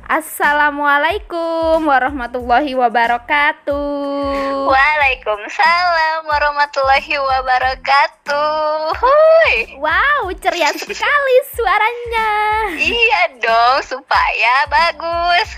Assalamualaikum warahmatullahi wabarakatuh. Waalaikumsalam warahmatullahi wabarakatuh. Hui. Wow, ceria sekali suaranya. Iya dong, supaya bagus.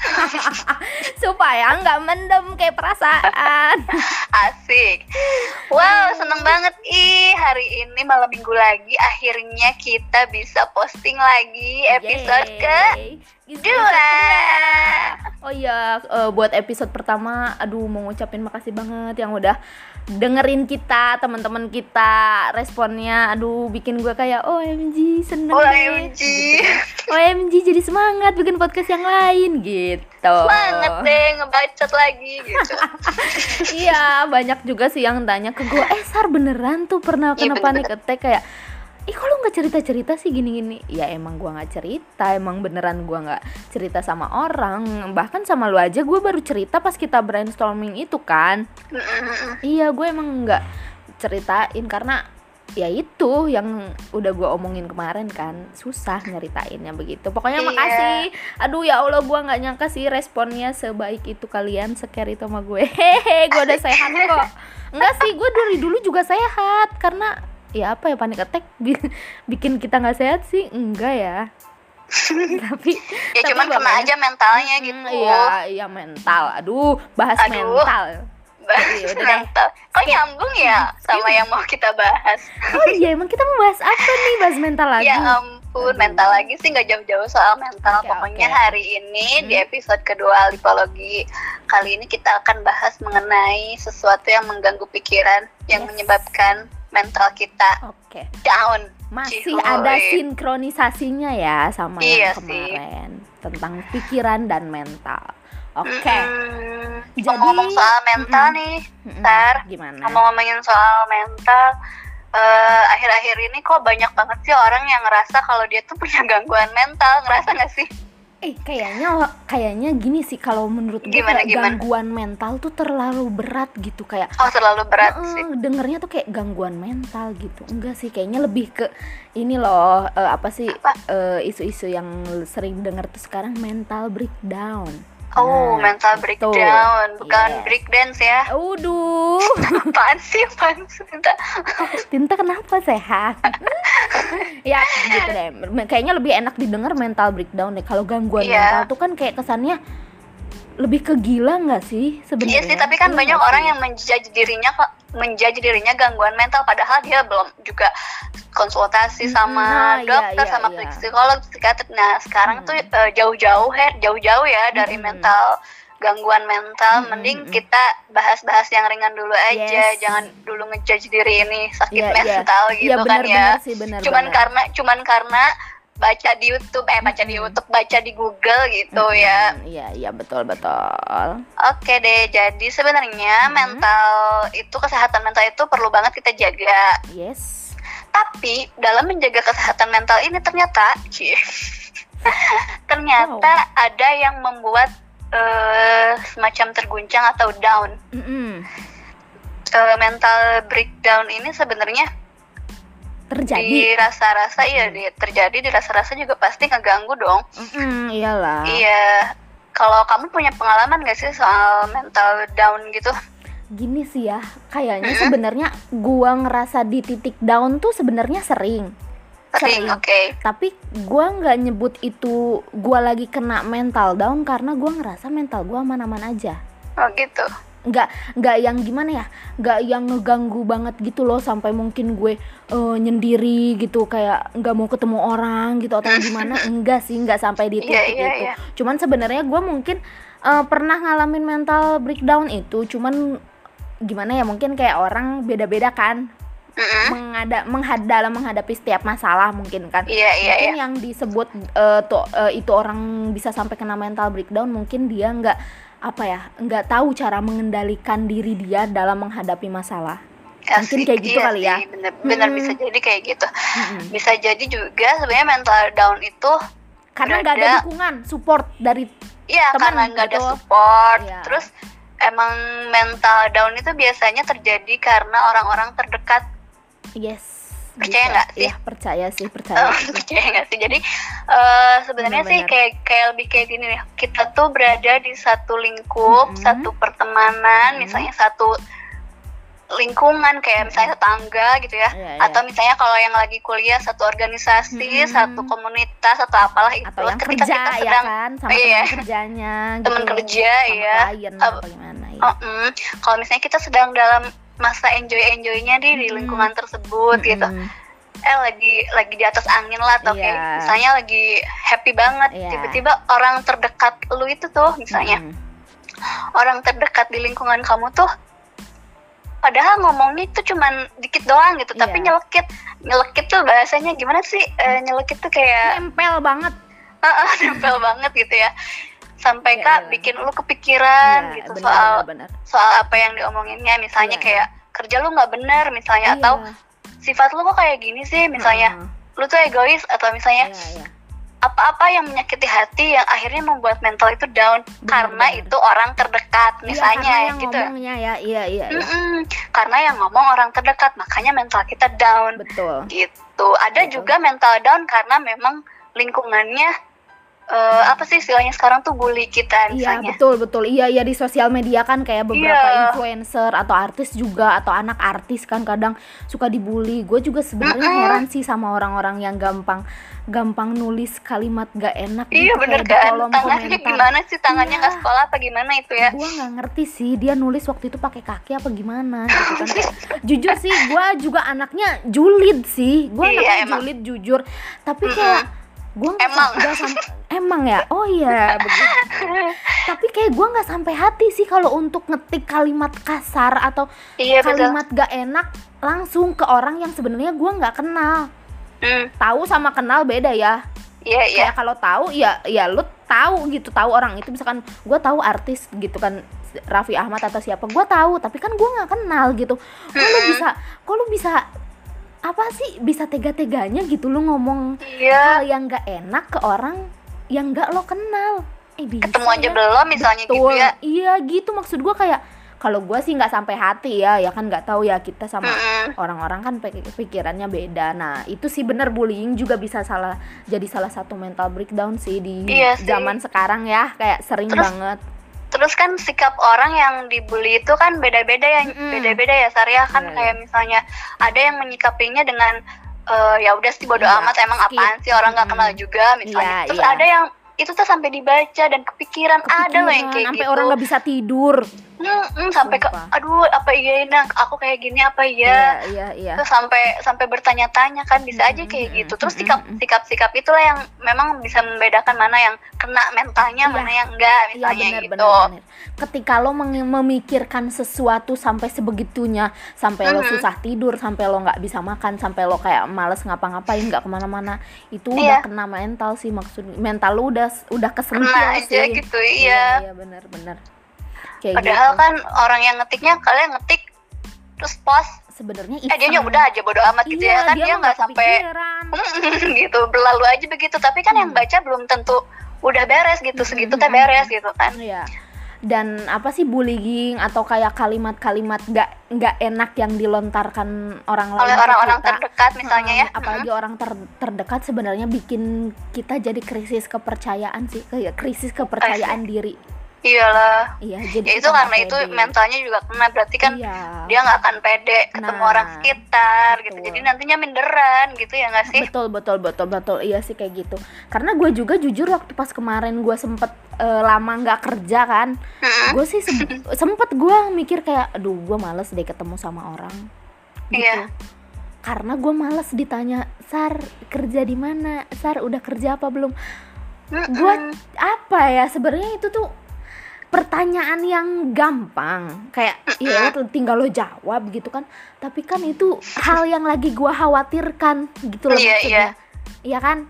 Supaya nggak mendem kayak perasaan. Asik. Wow, seneng banget hari ini malam minggu lagi akhirnya kita bisa posting lagi episode kedua. Oh iya, buat episode pertama, aduh mau ngucapin makasih banget yang udah dengerin kita, teman-teman kita, responnya, aduh bikin gue kayak OMG seneng OMG deh, gitu. OMG jadi semangat bikin podcast yang lain gitu. Semangat deh ngebacot lagi gitu. Iya, banyak juga sih yang tanya ke gue, Sar beneran tuh pernah kena panic attack kayak kok lu gak cerita-cerita sih gini-gini. Ya emang gue gak cerita, emang beneran gue gak cerita sama orang. Bahkan sama lu aja gue baru cerita pas kita brainstorming itu kan. Iya, gue emang gak ceritain karena ya itu yang udah gue omongin kemarin kan, susah nyeritainnya begitu. Pokoknya makasih. Aduh ya Allah, gue gak nyangka sih responnya sebaik itu, kalian secare itu sama gue. Hehehe, gue udah sehat kok. Enggak sih, gue dari dulu juga sehat. Karena ya apa ya, panic attack bikin kita nggak sehat sih enggak ya. tapi cuman kena aja mentalnya gitu. Iya mental. Aduh mental. Mental. Kok nyambung ya sama yang mau kita bahas? Oh iya, emang kita mau bahas apa nih? Bahas mental lagi. Ya ampun, mental lagi sih, nggak jauh-jauh soal mental. Pokoknya hari ini di episode kedua Lipologi kali ini kita akan bahas mengenai sesuatu yang mengganggu pikiran, yang menyebabkan mental kita down. Masih ada sinkronisasinya ya sama yang kemarin tentang pikiran dan mental. Jadi ngomong soal mental nih, Sar. Gimana? Ngomongin soal mental, akhir-akhir ini kok banyak banget sih orang yang ngerasa kalau dia tuh punya gangguan mental. Ngerasa nggak sih? Kayaknya gini sih, kalau menurut gue gangguan mental tuh terlalu berat gitu, kayak terlalu berat sih. Dengernya tuh kayak gangguan mental gitu. Enggak sih, kayaknya lebih ke ini loh, isu-isu yang sering denger tuh sekarang, mental breakdown. Mental breakdown, bukan breakdance ya. Aduh. Apaan sih Tinta kenapa sehat? Ya gitu deh. Kayaknya lebih enak didengar mental breakdown deh. Kalau gangguan mental tuh kan kayak kesannya lebih ke gila nggak sih sebenarnya? Iya sih, tapi kan banyak orang yang menjudge dirinya gangguan mental, padahal dia belum juga konsultasi sama dokter, sama psikolog, psikiater. Nah sekarang tuh jauh-jauh ya dari mental, gangguan mental. Mending kita bahas-bahas yang ringan dulu aja, jangan dulu ngejudge diri ini sakit mental gitu kan ya. Cuman karena baca di YouTube, baca di Google gitu ya. Iya betul. Oke deh, jadi sebenarnya kesehatan mental itu perlu banget kita jaga. Yes. Tapi dalam menjaga kesehatan mental ini ternyata ada yang membuat semacam terguncang atau down. Mental breakdown ini sebenarnya terjadi terjadi di rasa-rasa juga pasti ngeganggu dong. Iyalah. Iya. Kalau kamu punya pengalaman gak sih soal mental down gitu? Gini sih ya, kayaknya sebenarnya gua ngerasa di titik down tuh sebenarnya sering. Tapi gua nggak nyebut itu gua lagi kena mental down karena gua ngerasa mental gua aman-aman aja. Oh gitu. Nggak yang gimana ya, nggak yang ngeganggu banget gitu loh, sampai mungkin gue nyendiri gitu, kayak nggak mau ketemu orang gitu atau gimana. Enggak sih, nggak sampai di titik itu. Cuman sebenarnya gue mungkin pernah ngalamin mental breakdown itu, cuman gimana ya, mungkin kayak orang beda-beda kan dalam menghadapi setiap masalah mungkin kan. Mungkin yang disebut itu orang bisa sampai kena mental breakdown, mungkin dia nggak tahu cara mengendalikan diri dia dalam menghadapi masalah. Mungkin kayak gitu kali ya. Bener bisa jadi kayak gitu. Bisa jadi juga sebenarnya mental down itu karena nggak ada dukungan, support dari teman. Karena nggak ada support. Terus emang mental down itu biasanya terjadi karena orang-orang terdekat. Yes. Percaya nggak sih? Ya percaya sih, percaya. Percaya nggak sih? Jadi sebenarnya sih kayak lebih kayak gini nih. Kita tuh berada di satu lingkup, satu pertemanan, misalnya satu lingkungan kayak misalnya tetangga gitu ya, atau misalnya kalau yang lagi kuliah satu organisasi, satu komunitas atau apalah itu. Atau yang ketika kerja, kita sedang ya kan? Sama teman kerjanya, teman gitu. Kerja sama ya. Klien, atau gimana ya. Kalau misalnya kita sedang dalam masa enjoy-nya di lingkungan tersebut gitu. Lagi di atas angin lah atau kayak misalnya lagi happy banget, tiba-tiba orang terdekat lu itu tuh misalnya orang terdekat di lingkungan kamu tuh padahal ngomongnya itu cuman dikit doang gitu, tapi nyelekit tuh bahasanya gimana sih, nyelekit tuh kayak nempel banget. Nempel banget gitu ya, sampai bikin lu kepikiran gitu, soal apa yang diomonginnya, misalnya kayak kerja lu nggak benar misalnya, atau sifat lu kok kayak gini sih misalnya, lu tuh egois, atau misalnya apa-apa yang menyakiti hati yang akhirnya membuat mental itu down karena itu orang terdekat misalnya yang gitu. Ngomongnya iya. Karena yang ngomong orang terdekat, makanya mental kita down. Betul. Gitu. Ada juga mental down karena memang lingkungannya apa sih istilahnya sekarang tuh bully kita misalnya. Iya betul. Iya di sosial media kan kayak beberapa influencer atau artis juga, atau anak artis kan kadang suka dibully. Gue juga sebenarnya heran sih sama orang-orang yang gampang nulis kalimat gak enak gitu. Iya bener kan, tangannya gimana sih, tangannya nggak sekolah apa gimana itu ya. Gue nggak ngerti sih dia nulis waktu itu pakai kaki apa gimana gitu kan. Jujur sih gue juga anaknya julid sih, gue anaknya julid jujur, tapi kayak gue emang ya, oh iya begitu. Tapi kayak gue nggak sampai hati sih kalau untuk ngetik kalimat kasar atau kalimat gak enak langsung ke orang yang sebenarnya gue nggak kenal. Tahu sama kenal beda ya. Kayak kalau tahu ya lu tahu gitu, tahu orang itu, misalkan gue tahu artis gitu kan, Raffi Ahmad atau siapa, gue tahu, tapi kan gue nggak kenal gitu. Kok lu bisa apa sih, bisa tega-teganya gitu lu ngomong hal yang gak enak ke orang yang gak lo kenal. Ketemu aja belum misalnya. Betul. Gitu ya. Iya gitu, maksud gue kayak kalau gue sih nggak sampai hati ya kan nggak tahu ya, kita sama orang-orang kan pikirannya beda. Nah itu sih bener, bullying juga bisa jadi salah satu mental breakdown sih di zaman sekarang ya, kayak sering banget. Terus kan sikap orang yang dibully itu kan beda-beda ya, Sarya kan kayak misalnya ada yang menyikapinya dengan ya udah sih bodo amat, emang apaan sih orang nggak kenal juga misalnya. Terus ada yang itu tuh sampai dibaca dan kepikiran ada loh yang kayak sampai gitu. Orang nggak bisa tidur. Sampai aduh apa iya aku kayak gini apa iya. Terus sampai bertanya-tanya kan, bisa aja kayak gitu. Terus sikap itulah yang memang bisa membedakan mana yang kena mentalnya, mana yang enggak misalnya gitu. Bener. Ketika lo memikirkan sesuatu sampai sebegitunya, sampai lo susah tidur, sampai lo nggak bisa makan, sampai lo kayak males ngapa-ngapain, nggak kemana-mana, itu udah kena mental sih, maksudnya mental lo udah kesentil sih. Aja gitu, iya bener. Kayak padahal gitu. Kan orang yang ngetiknya, kalian ngetik terus post sebenarnya dia udah aja bodo amat gitu ya kan, dia nggak sampai gitu berlalu aja begitu, tapi kan yang baca belum tentu udah beres gitu, segitu teh beres gitu kan. Dan apa sih, bullying atau kayak kalimat-kalimat nggak enak yang dilontarkan orang lain oleh orang-orang terdekat misalnya ya, apalagi orang terdekat sebenarnya bikin kita jadi krisis kepercayaan sih, kayak krisis kepercayaan diri. Iyalah. Jadi ya itu karena itu mentalnya juga kena, berarti kan dia nggak akan pede ketemu orang sekitar gitu, jadi nantinya minderan gitu ya nggak sih? Betul, iya sih kayak gitu. Karena gue juga jujur waktu pas kemarin gue sempet lama nggak kerja kan, gue sih sempet gue mikir kayak aduh gue males deh ketemu sama orang gitu. Karena gue males ditanya, Sar kerja di mana, Sar udah kerja apa belum. Gue apa ya, sebenarnya itu tuh pertanyaan yang gampang, kayak ya tinggal lo jawab gitu kan, tapi kan itu hal yang lagi gue khawatirkan gitu loh maksudnya. Iya kan?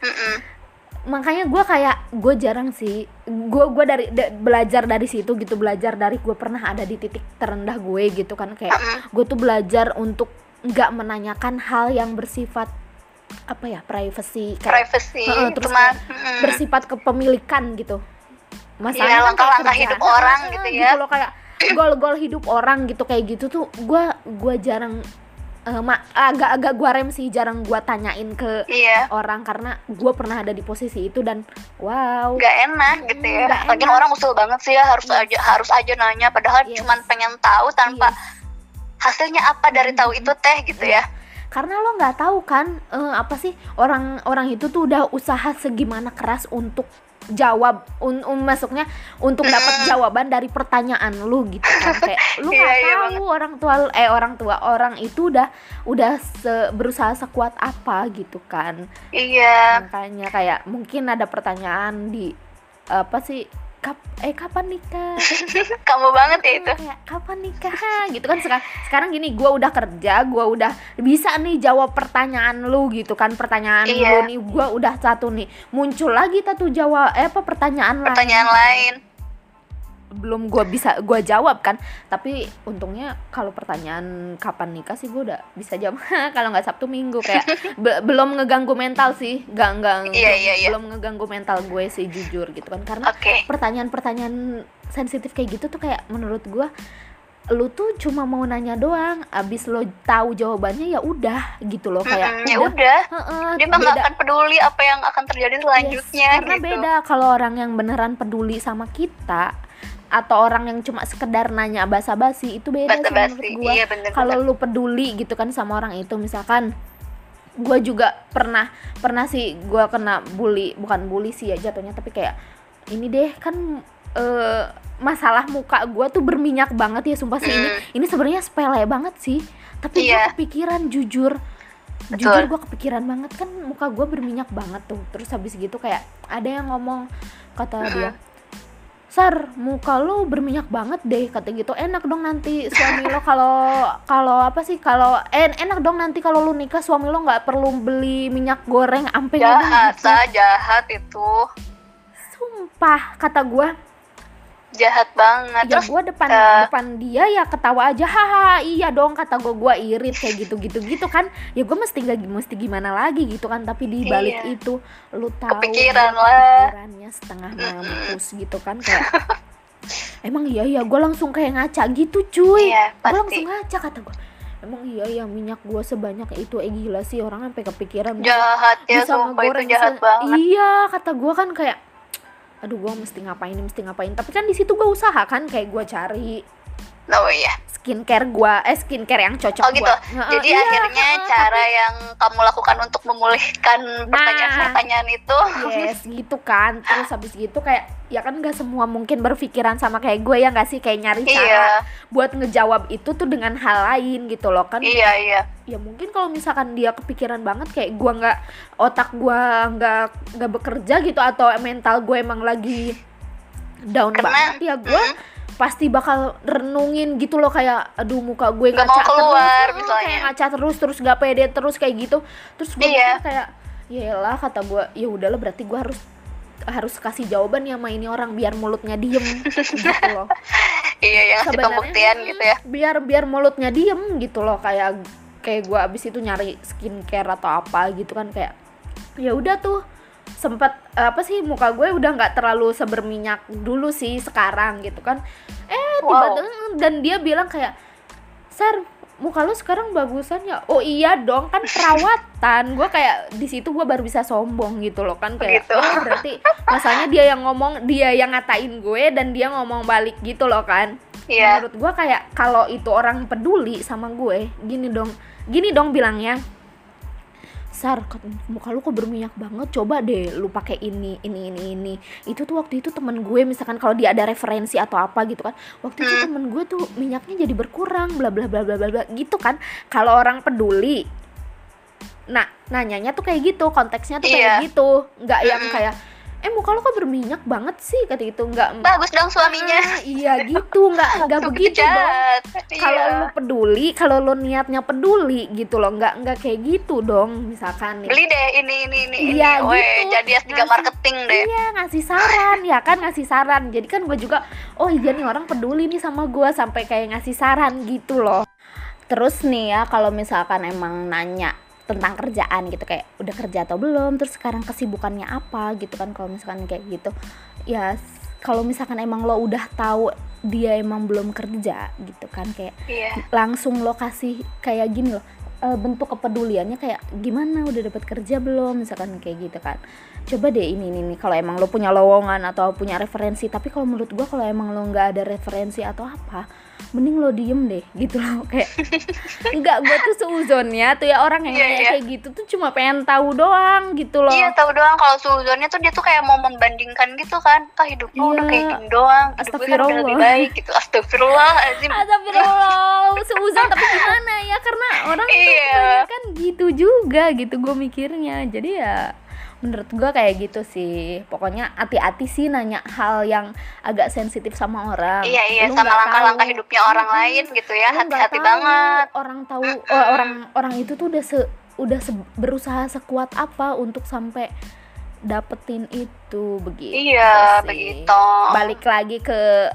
Makanya gue jarang sih, gue belajar dari situ gitu, belajar dari gue pernah ada di titik terendah gue gitu kan, kayak gue tuh belajar untuk nggak menanyakan hal yang bersifat apa ya, privacy terus bersifat kepemilikan gitu. Masalahnya langkah-langkah hidup orang gitu ya. Gitu loh, kayak gol-gol hidup orang gitu, kayak gitu tuh gue jarang agak-agak gua rem sih, jarang gua tanyain ke orang karena gua pernah ada di posisi itu dan wow, nggak enak gitu ya. Lagian orang usul banget sih ya, harus aja nanya padahal cuman pengen tahu tanpa hasilnya apa dari tahu itu teh gitu ya. Karena lo nggak tahu kan apa sih orang itu tuh udah usaha segimana keras untuk jawab masuknya untuk dapat jawaban dari pertanyaan lu gitu kan. Kayak lu nggak tahu orang itu udah berusaha sekuat apa gitu kan. Makanya kayak mungkin ada pertanyaan di apa sih, kapan nikah? Kamu banget ya itu. Kayak kapan nikah gitu kan. Sekarang gini, gue udah kerja, gue udah bisa nih jawab pertanyaan lu gitu kan. Pertanyaan lu nih gue udah satu nih, muncul lagi tuh jawab pertanyaan lain. Belum gue bisa gue jawab kan. Tapi untungnya kalau pertanyaan kapan nikah sih gue udah bisa jawab. Kalau nggak Sabtu Minggu kayak belum ngeganggu mental sih, belum ngeganggu mental gue sih jujur gitu kan. Karena pertanyaan-pertanyaan sensitif kayak gitu tuh kayak menurut gue lu tuh cuma mau nanya doang, abis lo tahu jawabannya ya udah gitu loh, kayak dia mah nggak akan peduli apa yang akan terjadi selanjutnya. Karena gitu. Beda kalau orang yang beneran peduli sama kita atau orang yang cuma sekedar nanya basa-basi itu beda sih menurut gue. Kalau lu peduli gitu kan sama orang itu, misalkan gue juga pernah sih gue kena bukan bully sih ya jatuhnya, tapi kayak ini deh kan masalah muka gue tuh berminyak banget ya sumpah sih. Ini sebenarnya sepele banget sih, tapi gue kepikiran jujur gue kepikiran banget kan muka gue berminyak banget tuh. Terus habis gitu kayak ada yang ngomong, kata dia, Sar, muka lo berminyak banget deh, kata gitu. Enak dong nanti suami lo kalau apa sih, kalau enak dong nanti kalau lo nikah suami lo nggak perlu beli minyak goreng ampe jahat gitu. Jahat itu sumpah, kata gue jahat banget. Ya gue depan dia ya ketawa aja, haha iya dong, kata gue irit kayak gitu kan. Ya gue mesti gimana lagi gitu kan. Tapi di balik itu lu tahu kepikirannya setengah mampus gitu kan. Kayak emang iya gue langsung kayak ngaca gitu cuy. Gue langsung ngaca, kata gue emang iya minyak gue sebanyak itu. Gila sih orang sampai kepikiran jahat ya, sumpah itu jahat banget. Iya, kata gue kan kayak aduh gue mesti ngapain, tapi kan di situ gue usaha kan, kayak gue cari skincare yang cocok gitu. Jadi akhirnya cara yang kamu lakukan untuk memulihkan pertanyaan-pertanyaan itu gitu kan. Terus habis gitu kayak ya kan nggak semua mungkin berpikiran sama kayak gue ya nggak sih, kayak nyari cara buat ngejawab itu tuh dengan hal lain gitu loh kan. Ya mungkin kalau misalkan dia kepikiran banget kayak gue otak gue nggak bekerja gitu, atau mental gue emang lagi down banget ya, gue pasti bakal renungin gitu loh, kayak aduh muka gue ngaca terus, kayak ngaca terus gak pede terus kayak gitu. Terus gue kayak yaelah, kata gue ya udahlah berarti gue harus kasih jawaban ya sama ini orang biar mulutnya diem gitu loh. Yang ngasih pembuktian gitu ya, biar mulutnya diem gitu loh. Kayak gue abis itu nyari skincare atau apa gitu kan, kayak ya udah tuh sempet muka gue udah nggak terlalu seberminyak dulu sih sekarang gitu kan. Tiba-tiba dan dia bilang kayak, Sar, muka lu sekarang bagusan ya. Oh iya dong, kan perawatan. Gue kayak di situ gue baru bisa sombong gitu loh kan, kayak gitu. Berarti masalahnya dia yang ngatain gue dan dia ngomong balik gitu loh kan. Menurut gue kayak kalau itu orang peduli sama gue, gini dong bilangnya, Sar, muka lu kok berminyak banget, coba deh lu pakai ini. Itu tuh waktu itu temen gue, misalkan kalau dia ada referensi atau apa gitu kan, waktu itu temen gue tuh minyaknya jadi berkurang, bla bla bla bla bla gitu kan. Kalau orang peduli, nah nanyanya tuh kayak gitu, konteksnya tuh kayak gitu, nggak yang kayak muka lo kok berminyak banget sih, kata gitu. Nggak bagus dong suaminya. Iya gitu, nggak begitu dong. Kalau lo peduli, kalau lo niatnya peduli gitu loh, nggak kayak gitu dong. Misalkan nih, beli deh ini iya, gitu. Jadi S3 marketing deh. Iya, ngasih saran ya kan, ngasih saran. Jadi kan gue juga oh iya nih orang peduli nih sama gue, sampai kayak ngasih saran gitu loh. Terus nih ya, kalau misalkan emang nanya tentang kerjaan gitu, kayak udah kerja atau belum, terus sekarang kesibukannya apa gitu kan. Kalau misalkan kayak gitu ya, kalau misalkan emang lo udah tahu dia emang belum kerja gitu kan, kayak langsung lo kasih kayak gini loh, bentuk kepeduliannya kayak gimana, udah dapat kerja belum, misalkan kayak gitu kan. Coba deh ini kalau emang lo punya lowongan atau punya referensi. Tapi kalau menurut gue kalau emang lo nggak ada referensi atau apa, mending lo diem deh gitu loh. Kayak enggak, gue tuh seuzonnya tuh ya orang yang kayak gitu tuh cuma pengen tahu doang gitu loh. Iya, tahu doang. Kalau seuzonnya tuh dia tuh kayak mau membandingkan gitu kan, hidup lo udah kayak gini doang, hidup gue kan udah lebih baik gitu. Astagfirullahaladzim. Seuzon tapi gimana ya, karena orang tuh kan gitu juga gitu gue mikirnya. Jadi ya menurut gue kayak gitu sih. Pokoknya hati-hati sih nanya hal yang agak sensitif sama orang. Iya, sama langkah-langkah hidupnya orang lain gitu ya. Hati-hati banget. Orang tahu orang itu tuh udah berusaha sekuat apa untuk sampai dapetin itu, begitu. Iya, sih. Begitu. Balik lagi ke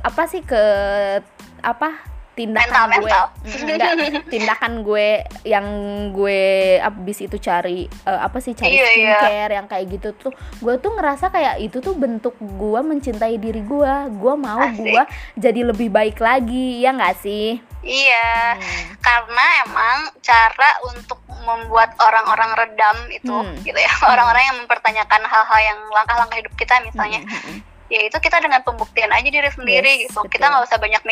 tindakan mental. Tindakan gue yang gue abis itu cari skincare yang kayak gitu tuh, gue tuh ngerasa kayak itu tuh bentuk gue mencintai diri gue mau gue jadi lebih baik lagi, ya nggak sih? Iya, karena emang cara untuk membuat orang-orang redam itu gitu ya, orang-orang yang mempertanyakan hal-hal yang langkah-langkah hidup kita misalnya, yaitu kita dengan pembuktian aja diri sendiri gitu. Betul. Kita nggak usah banyak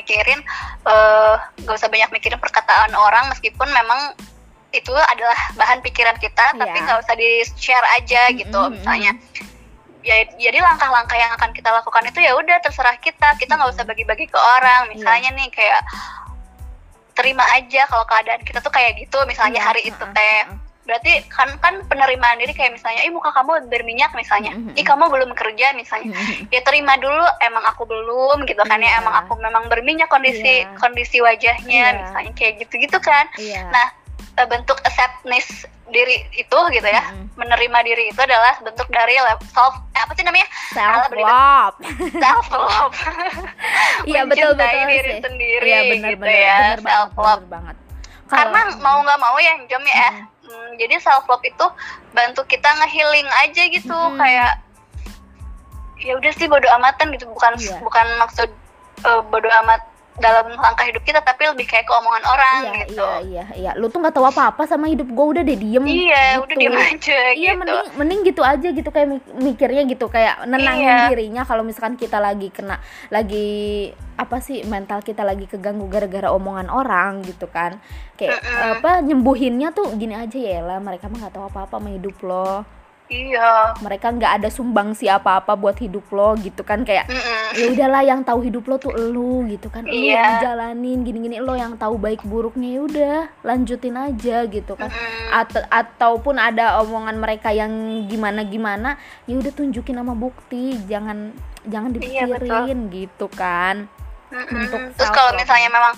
mikirin perkataan orang, meskipun memang itu adalah bahan pikiran kita, tapi nggak usah di share aja gitu. Misalnya ya, jadi langkah-langkah yang akan kita lakukan itu ya udah terserah kita nggak usah bagi-bagi ke orang. Misalnya nih kayak terima aja kalau keadaan kita tuh kayak gitu, misalnya hari itu teh. Berarti kan penerimaan diri kayak misalnya, muka kamu berminyak misalnya, kamu belum kerja misalnya, ya terima dulu, emang aku belum gitu kan ya, emang aku memang berminyak kondisi wajahnya misalnya kayak gitu kan. Nah, bentuk acceptance diri itu gitu ya, menerima diri itu adalah bentuk dari self love. Iya, betul diri sih. Sendiri, iya, bener, gitu ya, self love banget. Karena mau nggak mau ya Jom ya, jadi self love itu bantu kita nge-healing aja gitu, kayak ya udah sih bodo amatan gitu, bukan maksud bodo amat dalam langkah hidup kita, tapi lebih kayak keomongan orang gitu. Iya. Lu tuh nggak tahu apa-apa sama hidup gue, udah deh diem. Iya, gitu. Udah diem aja. Iya, gitu. mending gitu aja gitu, kayak mikirnya gitu, kayak nenangin dirinya. Kalau misalkan kita lagi mental kita lagi keganggu gara-gara omongan orang gitu kan, kayak nyembuhinnya tuh gini aja, ya lah mereka mah nggak tahu apa-apa sama hidup lo. Iya. Mereka nggak ada sumbangsi apa-apa buat hidup lo gitu kan, kayak ya udahlah, yang tahu hidup lo tuh elu gitu kan, lo yang dijalanin gini-gini, lo yang tahu baik buruknya, ya udah lanjutin aja gitu kan. Ataupun ada omongan mereka yang gimana, ya udah tunjukin sama bukti, jangan dipikirin gitu kan. Terus kalau misalnya memang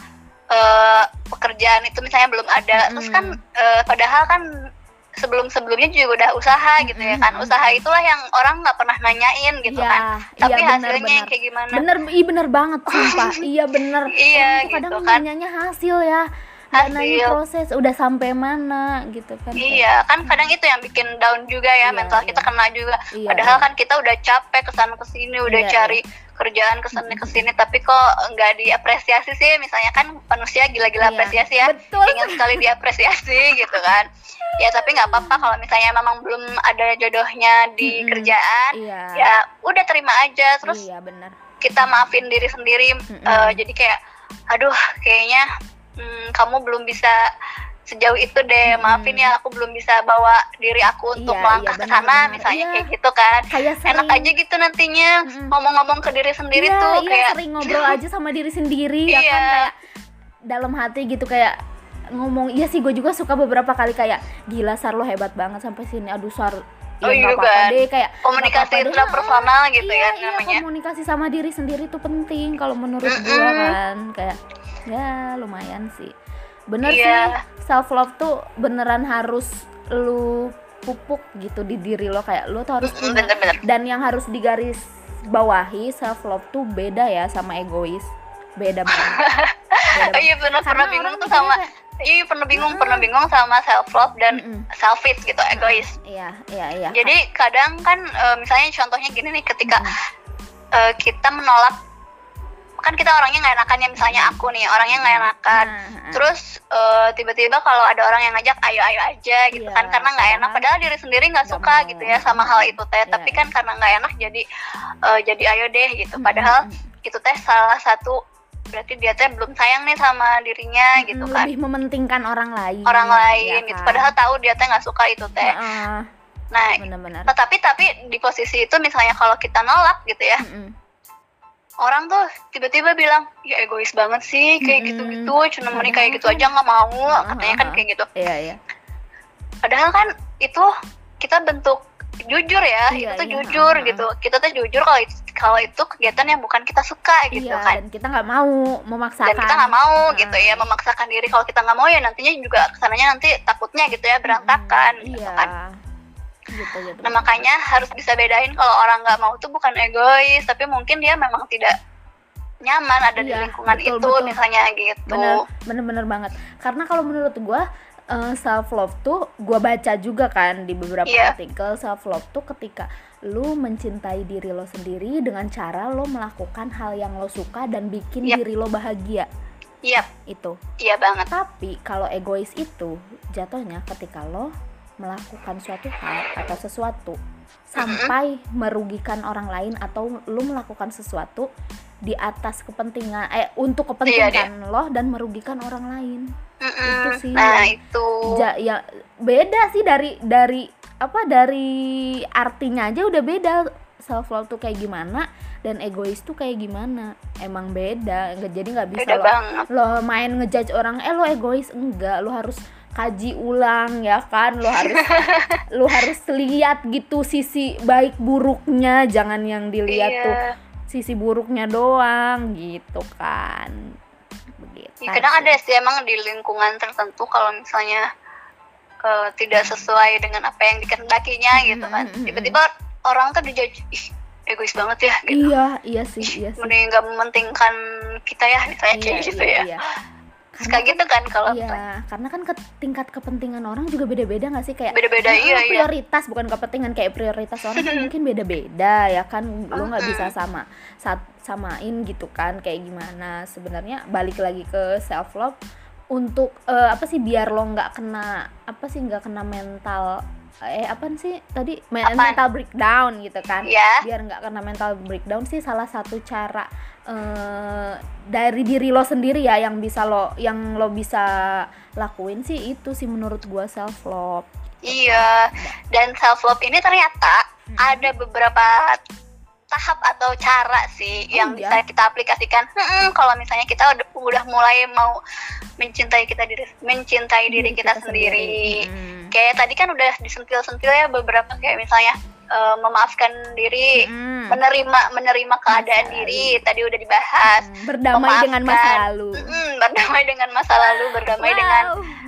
pekerjaan itu misalnya belum ada, terus kan padahal kan sebelumnya juga udah usaha gitu ya kan, usaha itulah yang orang nggak pernah nanyain gitu kan, tapi hasilnya yang kayak gimana? Bener banget sumpah. Iya bener. Iya, kadang gitu kan, nanyanya hasil ya, nanya proses udah sampai mana gitu kan. Iya kan, kadang itu yang bikin down juga ya, mental kita kena juga. Padahal kan kita udah capek kesana kesini, udah cari kerjaan kesana kesini, tapi kok nggak diapresiasi sih. Misalnya kan manusia gila-gila apresiasi ya, ingin sekali diapresiasi gitu kan. Ya tapi nggak apa-apa kalau misalnya memang belum ada jodohnya di kerjaan, ya udah terima aja, terus kita maafin diri sendiri. Jadi kayak aduh kayaknya kamu belum bisa sejauh itu deh, maafin ya aku belum bisa bawa diri aku untuk melangkah ke sana misalnya, kayak gitu kan. Kayak enak aja gitu nantinya ngomong-ngomong ke diri sendiri tuh, kayak sering ngobrol aja sama diri sendiri ya kan, kayak dalam hati gitu, kayak ngomong. Iya sih, gue juga suka beberapa kali kayak, gila Sar, lo hebat banget sampai sini. Aduh Sar, nggak apa-apa deh, kayak komunikasi intrapersonal gitu namanya. Komunikasi sama diri sendiri tuh penting kalau menurut gue kan, kayak ya lumayan sih. Bener sih, self love tuh beneran harus lu pupuk gitu di diri lo, kayak lo tuh harus punya. Dan yang harus digaris bawahi, self love tuh beda ya sama egois, beda banget. Iya bener, pernah bingung tuh sama pernah bingung sama self love dan selfish gitu, egois. Iya. Jadi kadang kan misalnya contohnya gini nih, ketika kita menolak kan kita orangnya nggak enakan ya, misalnya aku nih orangnya nggak enakan, terus tiba-tiba kalau ada orang yang ngajak ayo aja gitu kan, karena nggak enak, padahal diri sendiri nggak suka gitu ya sama hal itu teh, tapi kan karena nggak enak jadi ayo deh gitu, padahal itu teh salah satu berarti dia teh belum sayang nih sama dirinya gitu kan, lebih mementingkan orang lain ya gitu kan? Padahal tahu dia teh nggak suka itu teh. Nah bener-bener. tapi di posisi itu misalnya kalau kita nolak gitu ya, orang tuh tiba-tiba bilang ya egois banget sih kayak gitu-gitu, cuma mau kayak gitu aja nggak mau, katanya kan kayak gitu. Iya. Padahal kan itu kita bentuk jujur ya, itu tuh jujur gitu, kita tuh jujur kalau itu kegiatan yang bukan kita suka gitu kan, dan kita nggak mau memaksakan, gitu ya, memaksakan diri. Kalau kita nggak mau ya nantinya juga kesananya nanti takutnya gitu ya berantakan gitu kan. Gitu. Nah makanya harus bisa bedain kalau orang nggak mau tuh bukan egois, tapi mungkin dia memang tidak nyaman ada di lingkungan betul. Misalnya gitu. Bener banget, karena kalau menurut gue self love tuh gue baca juga kan di beberapa artikel, self love tuh ketika lu mencintai diri lo sendiri dengan cara lo melakukan hal yang lo suka dan bikin diri lo bahagia. Itu. Iya banget. Tapi kalau egois itu jatuhnya ketika lo melakukan suatu hal atau sesuatu sampai merugikan orang lain, atau lo melakukan sesuatu di atas kepentingan untuk kepentingan lo dan merugikan orang lain. Itu sih. Nah itu ya beda sih dari artinya aja udah beda. Self love tuh kayak gimana dan egois tuh kayak gimana, emang beda. Jadi nggak bisa lo main ngejudge orang lo egois, enggak, lo harus kaji ulang ya kan, lo harus lihat gitu sisi baik buruknya, jangan yang dilihat tuh sisi buruknya doang gitu kan. Begitu. Kadang ada sih emang di lingkungan tertentu kalau misalnya tidak sesuai dengan apa yang dikehendakinya gitu kan, tiba-tiba orang tuh dijudge, ih egois banget ya gitu. Iya sih. Mending nggak mementingkan kita ya, misalnya kayak gitu ya. Kayak gitu kan kalau karena kan tingkat kepentingan orang juga beda-beda nggak sih, kayak beda-beda prioritas bukan kepentingan, kayak prioritas orang kan mungkin beda-beda ya kan, lo nggak bisa samain gitu kan kayak gimana. Sebenarnya balik lagi ke self love untuk biar lo nggak kena mental mental breakdown gitu kan. Biar nggak kena mental breakdown sih, salah satu cara dari diri lo sendiri ya yang lo bisa lakuin sih itu sih menurut gua self love. Iya. Dan self love ini ternyata ada beberapa tahap atau cara sih yang bisa kita aplikasikan. Kalau misalnya kita udah mulai mau mencintai diri kita sendiri. Kayak tadi kan udah disentil-sentil ya beberapa, kayak misalnya memaafkan diri, menerima keadaan diri, tadi udah dibahas. Berdamai dengan masa lalu. Berdamai dengan masa lalu, berdamai dengan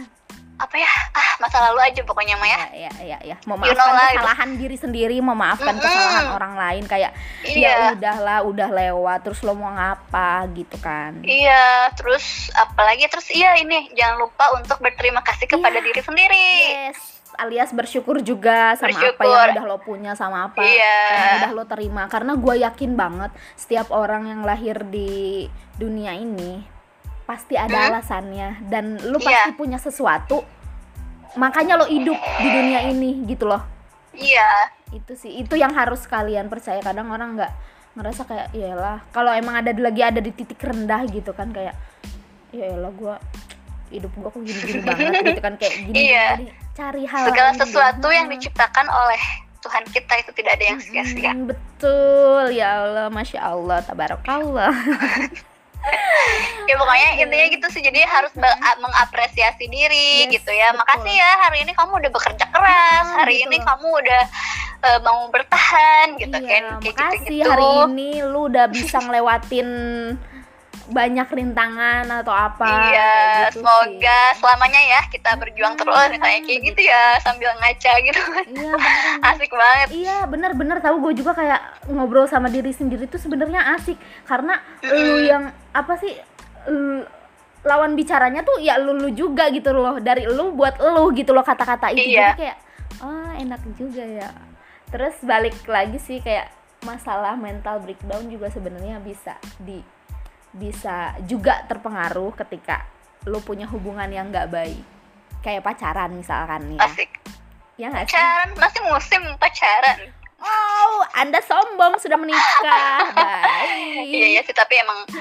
masa lalu aja pokoknya mah ya. Iya. Memaafkan kesalahan diri sendiri, memaafkan kesalahan orang lain, kayak ya udah lewat, terus lo mau ngapa gitu kan. Iya, terus apalagi ini jangan lupa untuk berterima kasih kepada diri sendiri. Alias bersyukur juga sama apa yang udah lo punya, sama apa yang udah lo terima. Karena gue yakin banget setiap orang yang lahir di dunia ini pasti ada alasannya, dan lo pasti punya sesuatu, makanya lo hidup di dunia ini gitu loh. Itu sih, itu yang harus kalian percaya. Kadang orang nggak ngerasa kayak iyalah, kalau emang ada di titik rendah gitu kan, kayak iyalah hidup gue kok gini-gini banget gitu kan, kayak gini. Cari hal segala sesuatu yang diciptakan oleh Tuhan kita itu tidak ada yang sia-sia. Betul, ya Allah, Masya Allah, tabarakallah. Ya pokoknya intinya gitu sih, jadi harus mengapresiasi diri gitu ya. Makasih ya hari ini kamu udah bekerja keras, hari ini kamu udah mau bertahan gitu kan. Makasih hari ini lu udah bisa ngelewatin banyak rintangan atau apa. Gitu semoga selamanya ya kita berjuang terus kayak gitu ya, sambil ngaca gitu. Asik banget. Iya benar tahu, gue juga kayak ngobrol sama diri sendiri tuh sebenarnya asik, karena lu yang lawan bicaranya tuh ya lu juga gitu loh, dari lu buat lu gitu loh kata-kata itu. Jadi kayak enak juga ya. Terus balik lagi sih, kayak masalah mental breakdown juga sebenarnya bisa bisa juga terpengaruh ketika lo punya hubungan yang nggak baik, kayak pacaran misalkan ya. Asik. Ya nggak sih? Pacaran, masih musim pacaran. Oh, Anda sombong sudah menikah. Baik. Iya sih, tapi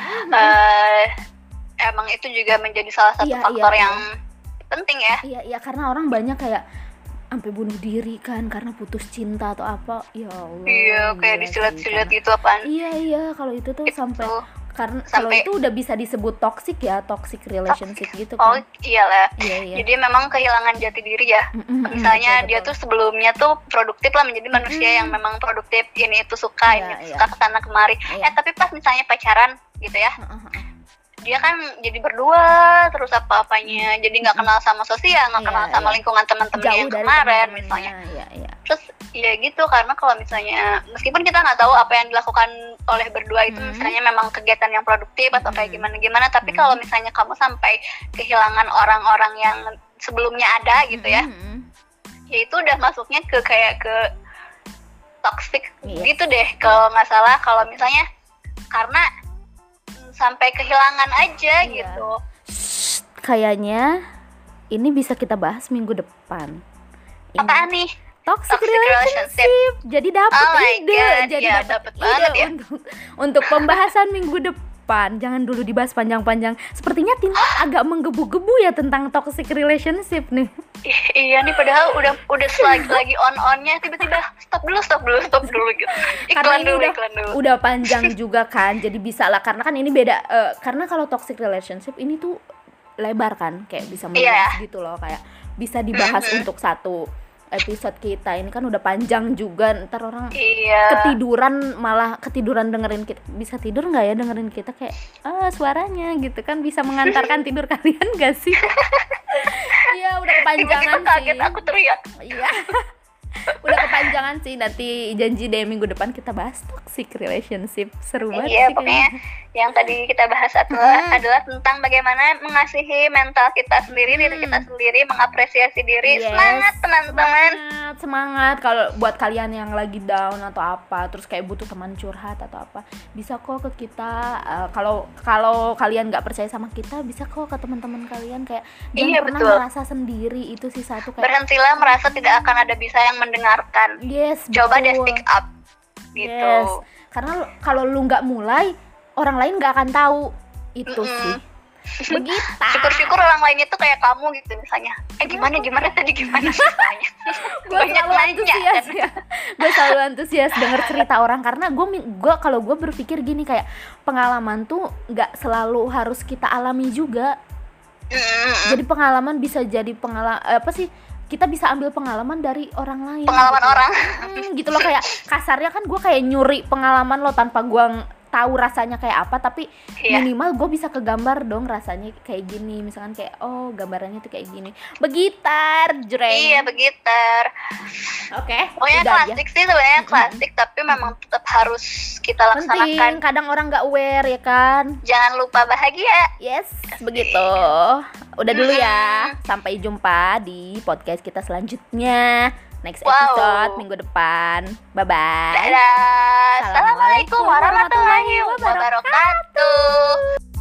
emang itu juga menjadi salah satu faktor yang penting ya. Iya, karena orang banyak kayak sampai bunuh diri kan karena putus cinta atau apa. Ya Allah. Iya, kayak disilet-silet gitu apaan. Iya, kalau itu tuh sampai karena kalau sampai, itu udah bisa disebut toxic relationship gitu Oh kan. iyalah. Iya. Jadi memang kehilangan jati diri ya. Misalnya betul. Dia tuh sebelumnya tuh produktif lah, menjadi manusia yang memang produktif, ini itu suka, ini suka kesana kemari. Tapi pas misalnya pacaran gitu ya, dia kan jadi berdua terus apa-apanya, jadi nggak kenal sama sosial, nggak kenal sama lingkungan teman-temannya yang kemarin misalnya. Terus ya gitu, karena kalau misalnya meskipun kita nggak tahu apa yang dilakukan oleh berdua itu misalnya memang kegiatan yang produktif atau kayak gimana, tapi kalau misalnya kamu sampai kehilangan orang-orang yang sebelumnya ada gitu ya, ya itu udah masuknya ke kayak ke toxic gitu deh kalau nggak salah, kalau misalnya karena sampai kehilangan aja gitu. Kayaknya ini bisa kita bahas minggu depan. Apaan nih? Toxic relationship. Jadi dapat ide. Jadi dapat ide untuk pembahasan minggu depan. Jangan dulu dibahas panjang-panjang. Sepertinya Tina agak menggebu-gebu ya tentang toxic relationship nih. Iya nih, padahal udah lagi on-onnya tiba-tiba stop dulu gitu. Iklan dulu. Udah panjang juga kan. Jadi bisa lah, karena kan ini beda. Karena kalau toxic relationship ini tuh lebar kan, kayak bisa meluas gitu loh, kayak bisa dibahas untuk satu episode kita. Ini kan udah panjang juga, ntar orang ketiduran dengerin kita. Bisa tidur nggak ya dengerin kita, kayak suaranya gitu kan, bisa mengantarkan tidur kalian gak sih? Iya, udah kepanjangan sih. Kaget aku teriak. Iya. Udah kepanjangan sih, nanti janji deh minggu depan kita bahas toxic relationship. Seru banget sih. Iya, pokoknya yang tadi kita bahas adalah tentang bagaimana mengasihi mental kita sendiri, diri kita sendiri, mengapresiasi diri. Semangat teman-teman. Semangat kalau buat kalian yang lagi down atau apa, terus kayak butuh teman curhat atau apa, bisa kok ke kita. Kalau kalian nggak percaya sama kita, bisa kok ke teman-teman kalian, kayak jangan pernah merasa sendiri. Itu sih satu, kayak berhentilah merasa tidak akan ada bisa yang mendengarkan. Coba deh speak up gitu. Karena kalau lu nggak mulai, orang lain nggak akan tahu itu sih. Begitu. Syukur-syukur orang lainnya tuh kayak kamu gitu misalnya. Gimana ceritanya? Gue selalu antusias ya. Gue selalu antusias denger cerita orang, karena kalau gue berpikir gini, kayak pengalaman tuh nggak selalu harus kita alami juga. Jadi pengalaman bisa jadi kita bisa ambil pengalaman dari orang lain. Pengalaman orang. Gitu loh, kayak kasarnya kan gue kayak nyuri pengalaman lo tanpa gue tahu rasanya kayak apa, tapi minimal gue bisa kegambar dong rasanya kayak gini, misalkan kayak gambarannya tuh kayak gini. Begitar, jreng. Iya, begitar. Oke. Pokoknya klasik sih sebenarnya, klasik, tapi memang tetap harus kita laksanakan. Penting, kadang orang nggak aware ya kan. Jangan lupa bahagia. Yes, begitu. Udah dulu ya. Sampai jumpa di podcast kita selanjutnya. Next episode minggu depan. Bye-bye. Dadah. Assalamualaikum warahmatullahi wabarakatuh.